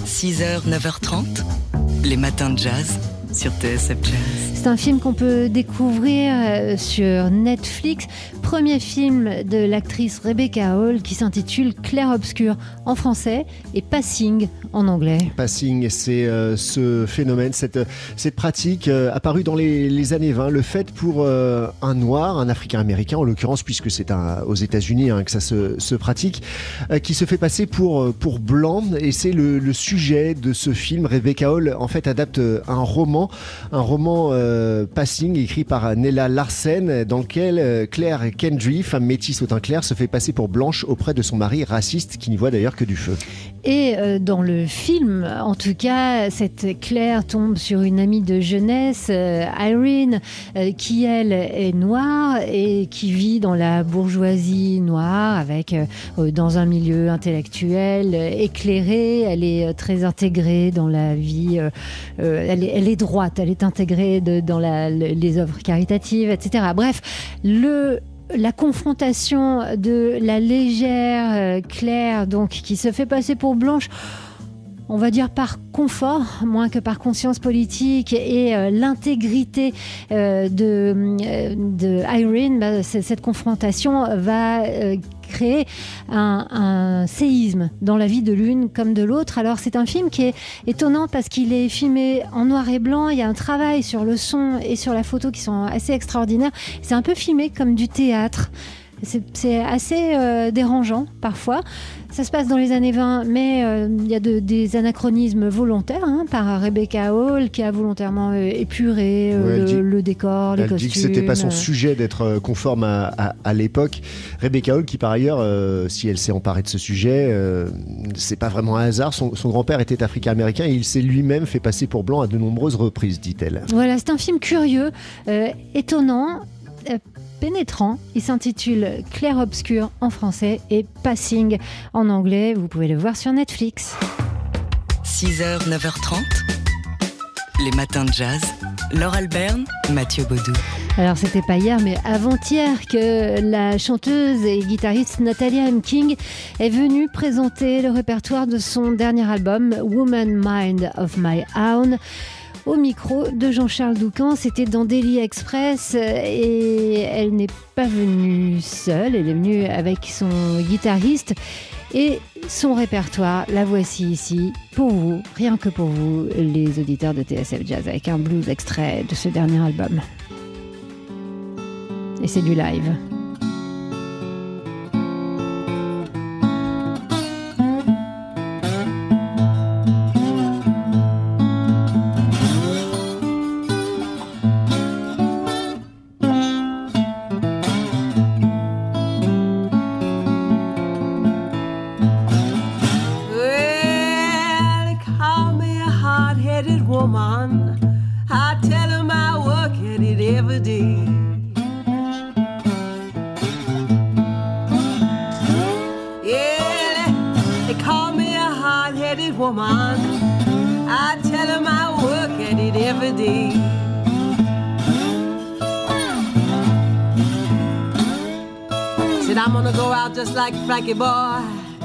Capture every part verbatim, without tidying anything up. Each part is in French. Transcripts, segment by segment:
six heures, neuf heures trente, les matins de jazz sur T S F Jazz. C'est un film qu'on peut découvrir sur Netflix. Premier film de l'actrice Rebecca Hall qui s'intitule Clair-Obscur en français et Passing en anglais. Passing, c'est euh, ce phénomène, cette, cette pratique euh, apparue dans les, les années vingt. Le fait pour euh, un noir, un africain-américain en l'occurrence, puisque c'est un, aux États-Unis hein, que ça se, se pratique, euh, qui se fait passer pour, pour blanc. Et c'est le, le sujet de ce film. Rebecca Hall en fait adapte un roman, un roman euh, Passing écrit par Nella Larsen, dans lequel euh, Claire Kendry, femme métisse au teint clair, se fait passer pour blanche auprès de son mari raciste qui n'y voit d'ailleurs que du feu. Et euh, dans le film, en tout cas, cette Claire tombe sur une amie de jeunesse, euh, Irene, euh, qui elle est noire et qui vit dans la bourgeoisie noire, avec euh, dans un milieu intellectuel euh, éclairé. Elle est euh, très intégrée dans la vie. Euh, euh, elle, est, elle est droite. Elle est intégrée de, dans la, le, les œuvres caritatives, et cetera. Bref, le La confrontation de la légère euh, Claire, donc, qui se fait passer pour blanche, on va dire par confort, moins que par conscience politique, et euh, l'intégrité euh, de, euh, de Irene, bah, cette confrontation va euh, créer un, un séisme dans la vie de l'une comme de l'autre. Alors c'est un film qui est étonnant parce qu'il est filmé en noir et blanc. Il y a un travail sur le son et sur la photo qui sont assez extraordinaires. C'est un peu filmé comme du théâtre. C'est, c'est assez euh, dérangeant parfois. Ça se passe dans les années vingt, mais euh, il y a de, des anachronismes volontaires hein, par Rebecca Hall qui a volontairement euh, épuré euh, ouais, le, dit, le décor, les elle costumes. Elle dit que c'était pas son sujet d'être conforme à, à, à l'époque. Rebecca Hall, qui par ailleurs, euh, si elle s'est emparée de ce sujet, euh, c'est pas vraiment un hasard. Son, son grand-père était africain-américain et il s'est lui-même fait passer pour blanc à de nombreuses reprises, dit-elle. Voilà, c'est un film curieux, euh, étonnant. Euh, pénétrant. Il s'intitule Clair-Obscur en français et Passing en anglais. Vous pouvez le voir sur Netflix. six heures, neuf heures trente, les matins de jazz. Laure Alberne, Mathieu Baudou. Alors c'était pas hier mais avant-hier que la chanteuse et guitariste Natalia M. King est venue présenter le répertoire de son dernier album Woman Mind of My Own. Au micro de Jean-Charles Doucan, c'était dans Daily Express et elle n'est pas venue seule, elle est venue avec son guitariste et son répertoire. La voici ici pour vous, rien que pour vous, les auditeurs de T S F Jazz, avec un blues extrait de ce dernier album. Et c'est du live. Woman, I tell him I work at it every day. Yeah, they call me a hard-headed woman. I tell him I work at it every day. Said I'm gonna go out just like Frankie Boy.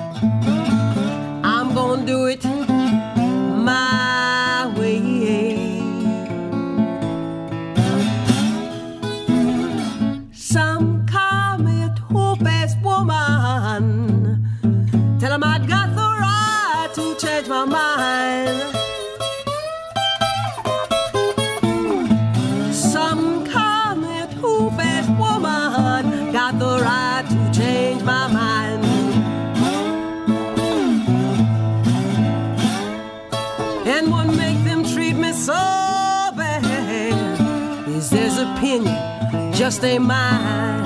I'm gonna do it my way. Some call me a two-faced woman. Tell them I got the right to change my mind. Some call me a two-faced woman. Got the right to change my mind. And what make them treat me so bad is their opinion just ain't mine.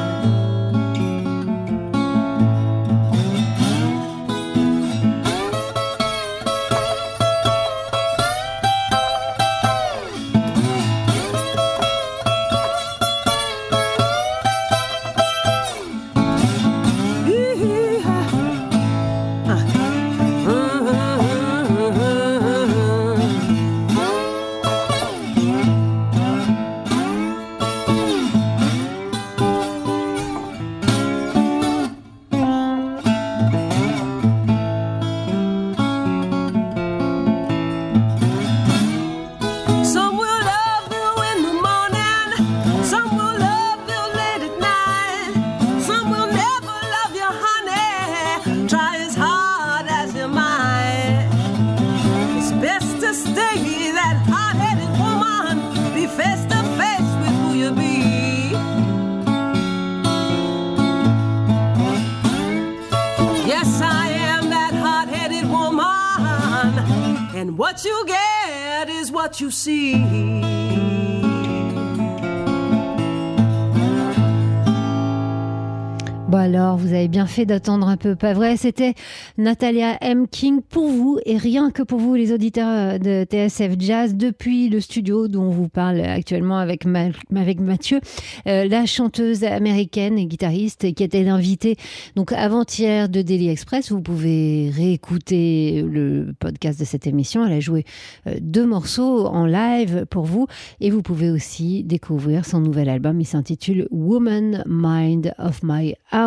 stay that hot-headed woman, be face to face with who you be. Yes, I am that hot-headed woman, and what you get is what you see. Bon alors, vous avez bien fait d'attendre un peu, pas vrai? C'était Natalia M. King pour vous, et rien que pour vous, les auditeurs de T S F Jazz, depuis le studio dont on vous parle actuellement avec, Ma- avec Mathieu, euh, la chanteuse américaine et guitariste qui était l'invitée donc avant-hier de Daily Express. Vous pouvez réécouter le podcast de cette émission. Elle a joué euh, deux morceaux en live pour vous, et vous pouvez aussi découvrir son nouvel album. Il s'intitule Woman Mind of My Own.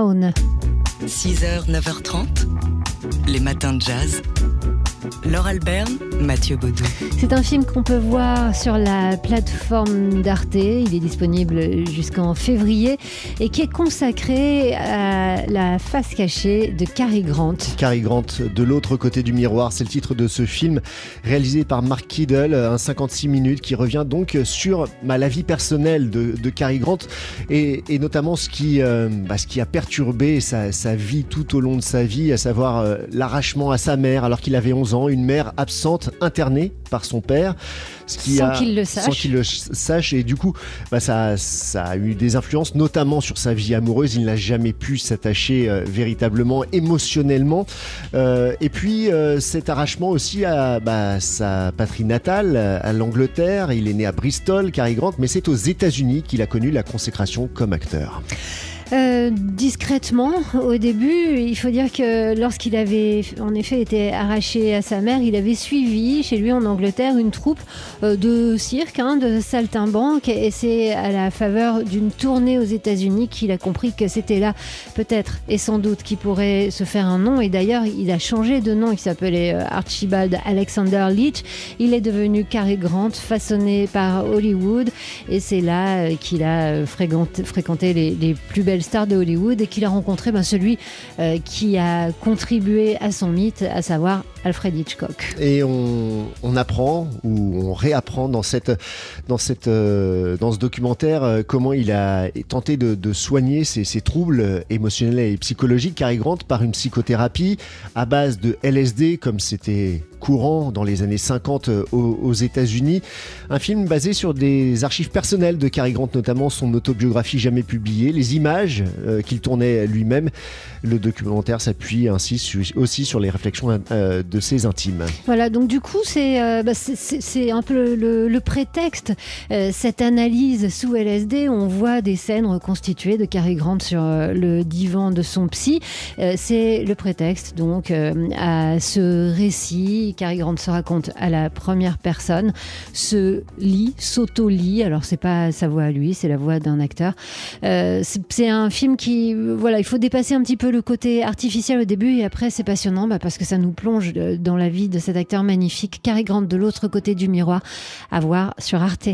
six heures, neuf heures trente, les matins de jazz. Laure Alberne, Mathieu Baudou. C'est un film qu'on peut voir sur la plateforme d'Arte. Il est disponible jusqu'en février et qui est consacré à la face cachée de Cary Grant. Cary Grant, de l'autre côté du miroir, c'est le titre de ce film réalisé par Mark Kiddle, un cinquante-six minutes qui revient donc sur bah, la vie personnelle de, de Cary Grant et, et notamment ce qui, euh, bah, ce qui a perturbé sa, sa vie tout au long de sa vie, à savoir euh, l'arrachement à sa mère alors qu'il avait onze ans, une mère absente, internée par son père. Ce qui sans a, qu'il le sache. Sans qu'il le sache. Et du coup, bah, ça, ça a eu des influences, notamment sur sa vie amoureuse. Il n'a jamais pu s'attacher euh, véritablement, émotionnellement. Euh, et puis, euh, cet arrachement aussi à bah, sa patrie natale, à l'Angleterre. Il est né à Bristol, Cary Grant, mais c'est aux États-Unis qu'il a connu la consécration comme acteur. Euh, discrètement au début. Il faut dire que lorsqu'il avait en effet été arraché à sa mère, il avait suivi chez lui en Angleterre une troupe euh, de cirque, hein, de saltimbanques, et c'est à la faveur d'une tournée aux États-Unis qu'il a compris que c'était là peut-être et sans doute qu'il pourrait se faire un nom. Et d'ailleurs il a changé de nom, il s'appelait Archibald Alexander Leach. Il est devenu Cary Grant, façonné par Hollywood, et c'est là euh, qu'il a fréquenté, fréquenté les, les plus belles star de Hollywood et qu'il a rencontré ben, celui euh, qui a contribué à son mythe, à savoir Alfred Hitchcock. Et on, on apprend ou on réapprend dans, cette, dans, cette, euh, dans ce documentaire euh, comment il a tenté de, de soigner ses, ses troubles émotionnels et psychologiques, Cary Grant, par une psychothérapie à base de L S D, comme c'était courant dans les années cinquante aux, aux États-Unis. Un film basé sur des archives personnelles de Cary Grant, notamment son autobiographie jamais publiée, les images euh, qu'il tournait lui-même. Le documentaire s'appuie ainsi su, aussi sur les réflexions euh, de ses intimes. Voilà, donc du coup, c'est, euh, bah, c'est, c'est, c'est un peu le, le, le prétexte. Euh, cette analyse sous L S D, on voit des scènes reconstituées de Cary Grant sur euh, le divan de son psy. Euh, c'est le prétexte donc euh, à ce récit. Cary Grant se raconte à la première personne, se lit, s'auto-lit. Alors c'est pas sa voix à lui, c'est la voix d'un acteur. Euh, c'est, c'est un film qui, voilà, il faut dépasser un petit peu le côté artificiel au début et après c'est passionnant bah, parce que ça nous plonge dans la vie de cet acteur magnifique, Cary Grant, de l'autre côté du miroir, à voir sur Arte.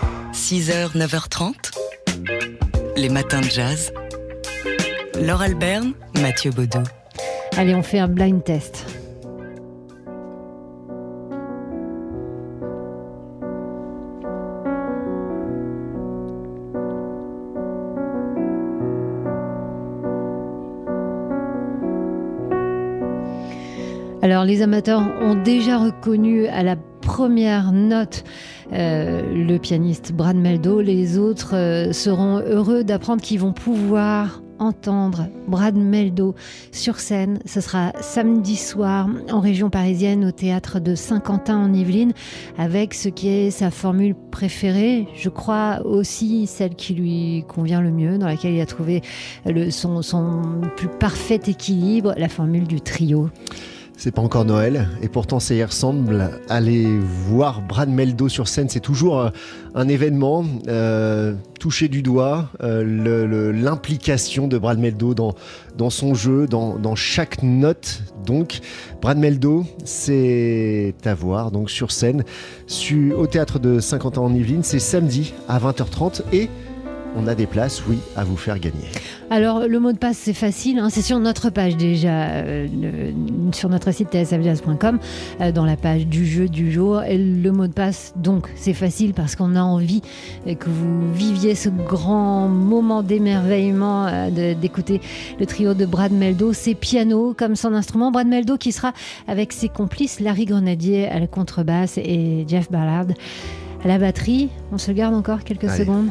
six heures, neuf heures trente, les matins de jazz. Laure Alberne, Mathieu Baudou. Allez, on fait un blind test. Alors, les amateurs ont déjà reconnu à la première note euh, le pianiste Brad Mehldau. Les autres euh, seront heureux d'apprendre qu'ils vont pouvoir entendre Brad Mehldau sur scène. Ce sera samedi soir en région parisienne au théâtre de Saint-Quentin en Yvelines, avec ce qui est sa formule préférée, je crois aussi celle qui lui convient le mieux, dans laquelle il a trouvé le, son, son plus parfait équilibre, la formule du trio. C'est pas encore Noël, et pourtant ça y ressemble. Aller voir Brad Mehldau sur scène, c'est toujours un événement. Euh, toucher du doigt euh, le, le, l'implication de Brad Mehldau dans, dans son jeu, dans, dans chaque note. Donc, Brad Mehldau, c'est à voir donc sur scène su, au théâtre de Saint-Quentin en Yvelines. C'est samedi à vingt heures trente et on a des places, oui, à vous faire gagner. Alors, le mot de passe, c'est facile, hein, c'est sur notre page déjà, euh, le, sur notre site t s f jazz point com, euh, dans la page du jeu du jour. Et le mot de passe, donc, c'est facile parce qu'on a envie euh, que vous viviez ce grand moment d'émerveillement euh, de, d'écouter le trio de Brad Mehldau. C'est piano comme son instrument. Brad Mehldau qui sera avec ses complices Larry Grenadier à la contrebasse et Jeff Ballard à la batterie. On se garde encore quelques Allez. secondes.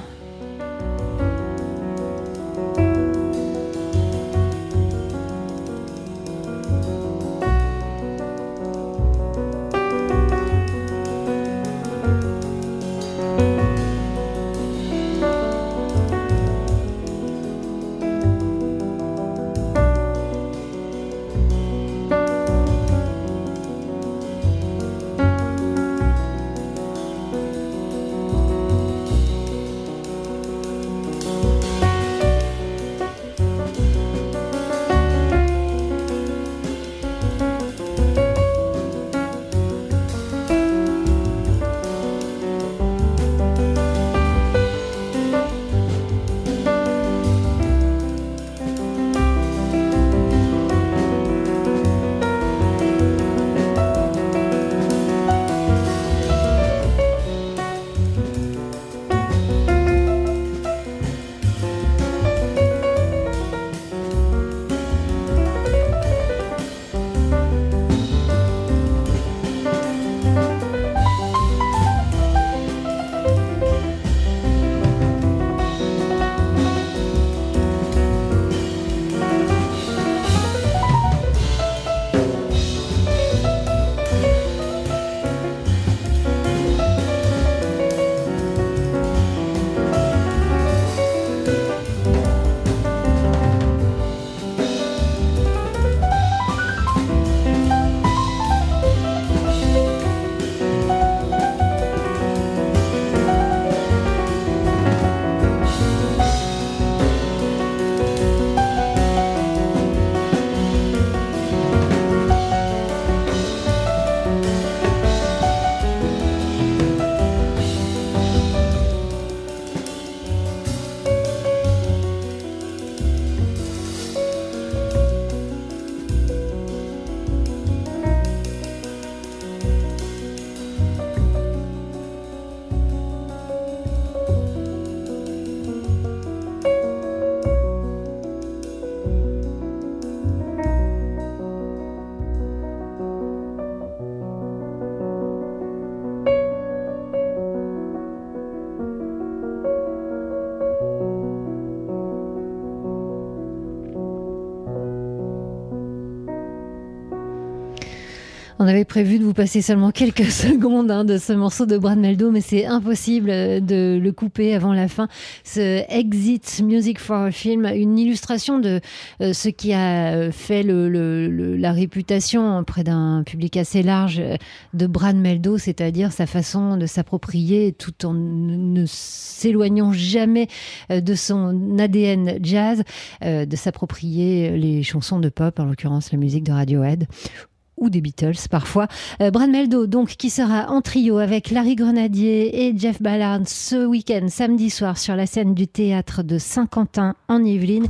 On avait prévu de vous passer seulement quelques secondes hein, de ce morceau de Brad Mehldau, mais c'est impossible de le couper avant la fin. Ce Exit Music for a Film, une illustration de euh, ce qui a fait le, le, le, la réputation auprès d'un public assez large de Brad Mehldau, c'est-à-dire sa façon de s'approprier tout en ne s'éloignant jamais de son A D N jazz, euh, de s'approprier les chansons de pop, en l'occurrence la musique de Radiohead, ou des Beatles parfois. Euh, Brad Mehldau, donc, qui sera en trio avec Larry Grenadier et Jeff Ballard ce week-end, samedi soir, sur la scène du théâtre de Saint-Quentin en Yvelines.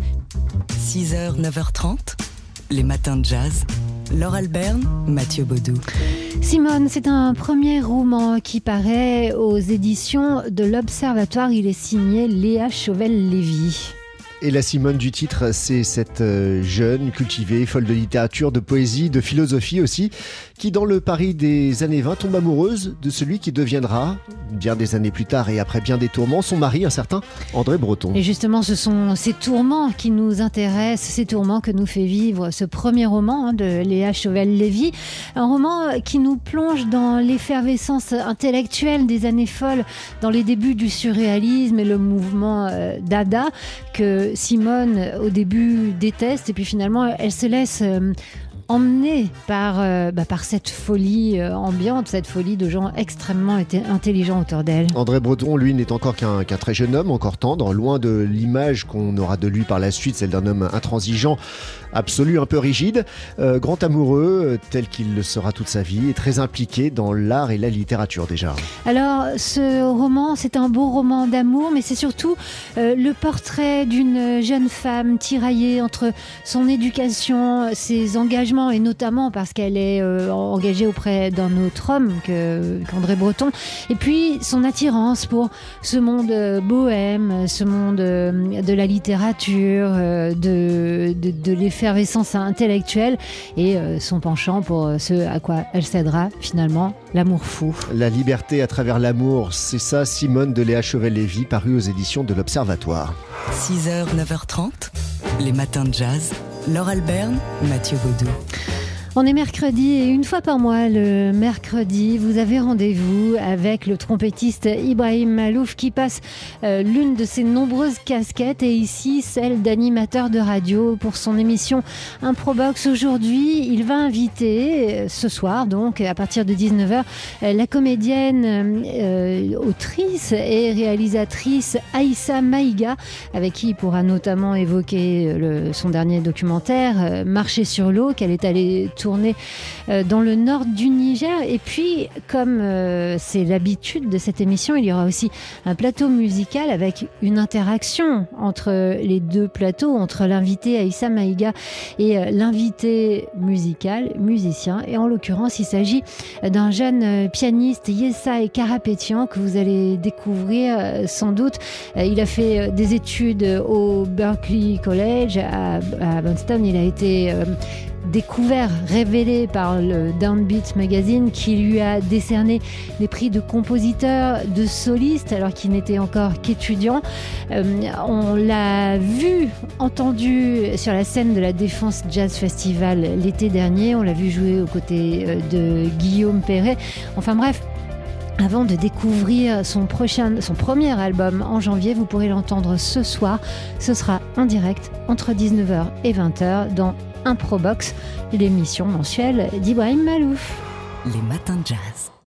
six heures, neuf heures trente, les matins de jazz. Laure Alberne, Mathieu Baudou. Simone, c'est un premier roman qui paraît aux éditions de l'Observatoire. Il est signé Léa Chauvel-Lévy. Et la Simone du titre, c'est cette jeune, cultivée, folle de littérature, de poésie, de philosophie aussi, qui dans le Paris des années vingt tombe amoureuse de celui qui deviendra, bien des années plus tard et après bien des tourments, son mari, un certain André Breton. Et justement, ce sont ces tourments qui nous intéressent, ces tourments que nous fait vivre ce premier roman hein, de Léa Chauvel-Lévy. Un roman qui nous plonge dans l'effervescence intellectuelle des années folles, dans les débuts du surréalisme et le mouvement euh, Dada, que Simone, au début, déteste, et puis finalement, elle se laisse euh, emmené par, euh, bah, par cette folie euh, ambiante, cette folie de gens extrêmement été- intelligents autour d'elle. André Breton, lui, n'est encore qu'un qu'un très jeune homme, encore tendre, loin de l'image qu'on aura de lui par la suite, celle d'un homme intransigeant, absolu, un peu rigide, euh, grand amoureux, euh, tel qu'il le sera toute sa vie, et très impliqué dans l'art et la littérature déjà. Alors, ce roman, c'est un beau roman d'amour, mais c'est surtout euh, le portrait d'une jeune femme tiraillée entre son éducation, ses engagements, et notamment parce qu'elle est euh, engagée auprès d'un autre homme que, qu'André Breton, et puis son attirance pour ce monde euh, bohème, ce monde euh, de la littérature, euh, de, de, de l'effervescence intellectuelle, et euh, son penchant pour ce à quoi elle cédera finalement, l'amour fou. La liberté à travers l'amour, c'est ça, Simone de Léa Chauvel-Lévy, paru aux éditions de l'Observatoire. six heures, neuf heures trente, les matins de jazz. Laure Alberne, Mathieu Baudou. On est mercredi et une fois par mois, le mercredi, vous avez rendez-vous avec le trompettiste Ibrahim Malouf qui passe euh, l'une de ses nombreuses casquettes et ici celle d'animateur de radio pour son émission Improbox. Aujourd'hui, il va inviter euh, ce soir, donc à partir de dix-neuf heures, euh, la comédienne, euh, autrice et réalisatrice Aïssa Maïga, avec qui il pourra notamment évoquer le, son dernier documentaire euh, Marcher sur l'eau, qu'elle est allée tourné dans le nord du Niger. Et puis, comme euh, c'est l'habitude de cette émission, il y aura aussi un plateau musical avec une interaction entre les deux plateaux, entre l'invité Aïssa Maïga et euh, l'invité musical, musicien. Et en l'occurrence, il s'agit d'un jeune euh, pianiste, Yessa et Karapetian, que vous allez découvrir euh, sans doute. Euh, il a fait euh, des études au Berklee College à, à Boston. Il a été euh, découvert, révélé par le Downbeat Magazine qui lui a décerné des prix de compositeur, de soliste alors qu'il n'était encore qu'étudiant. Euh, on l'a vu, entendu sur la scène de la Défense Jazz Festival l'été dernier. On l'a vu jouer aux côtés de Guillaume Perret. Enfin bref, avant de découvrir son prochain, son premier album en janvier, vous pourrez l'entendre ce soir. Ce sera en direct entre dix-neuf heures et vingt heures dans Improbox, l'émission mensuelle d'Ibrahim Malouf. Les matins de jazz.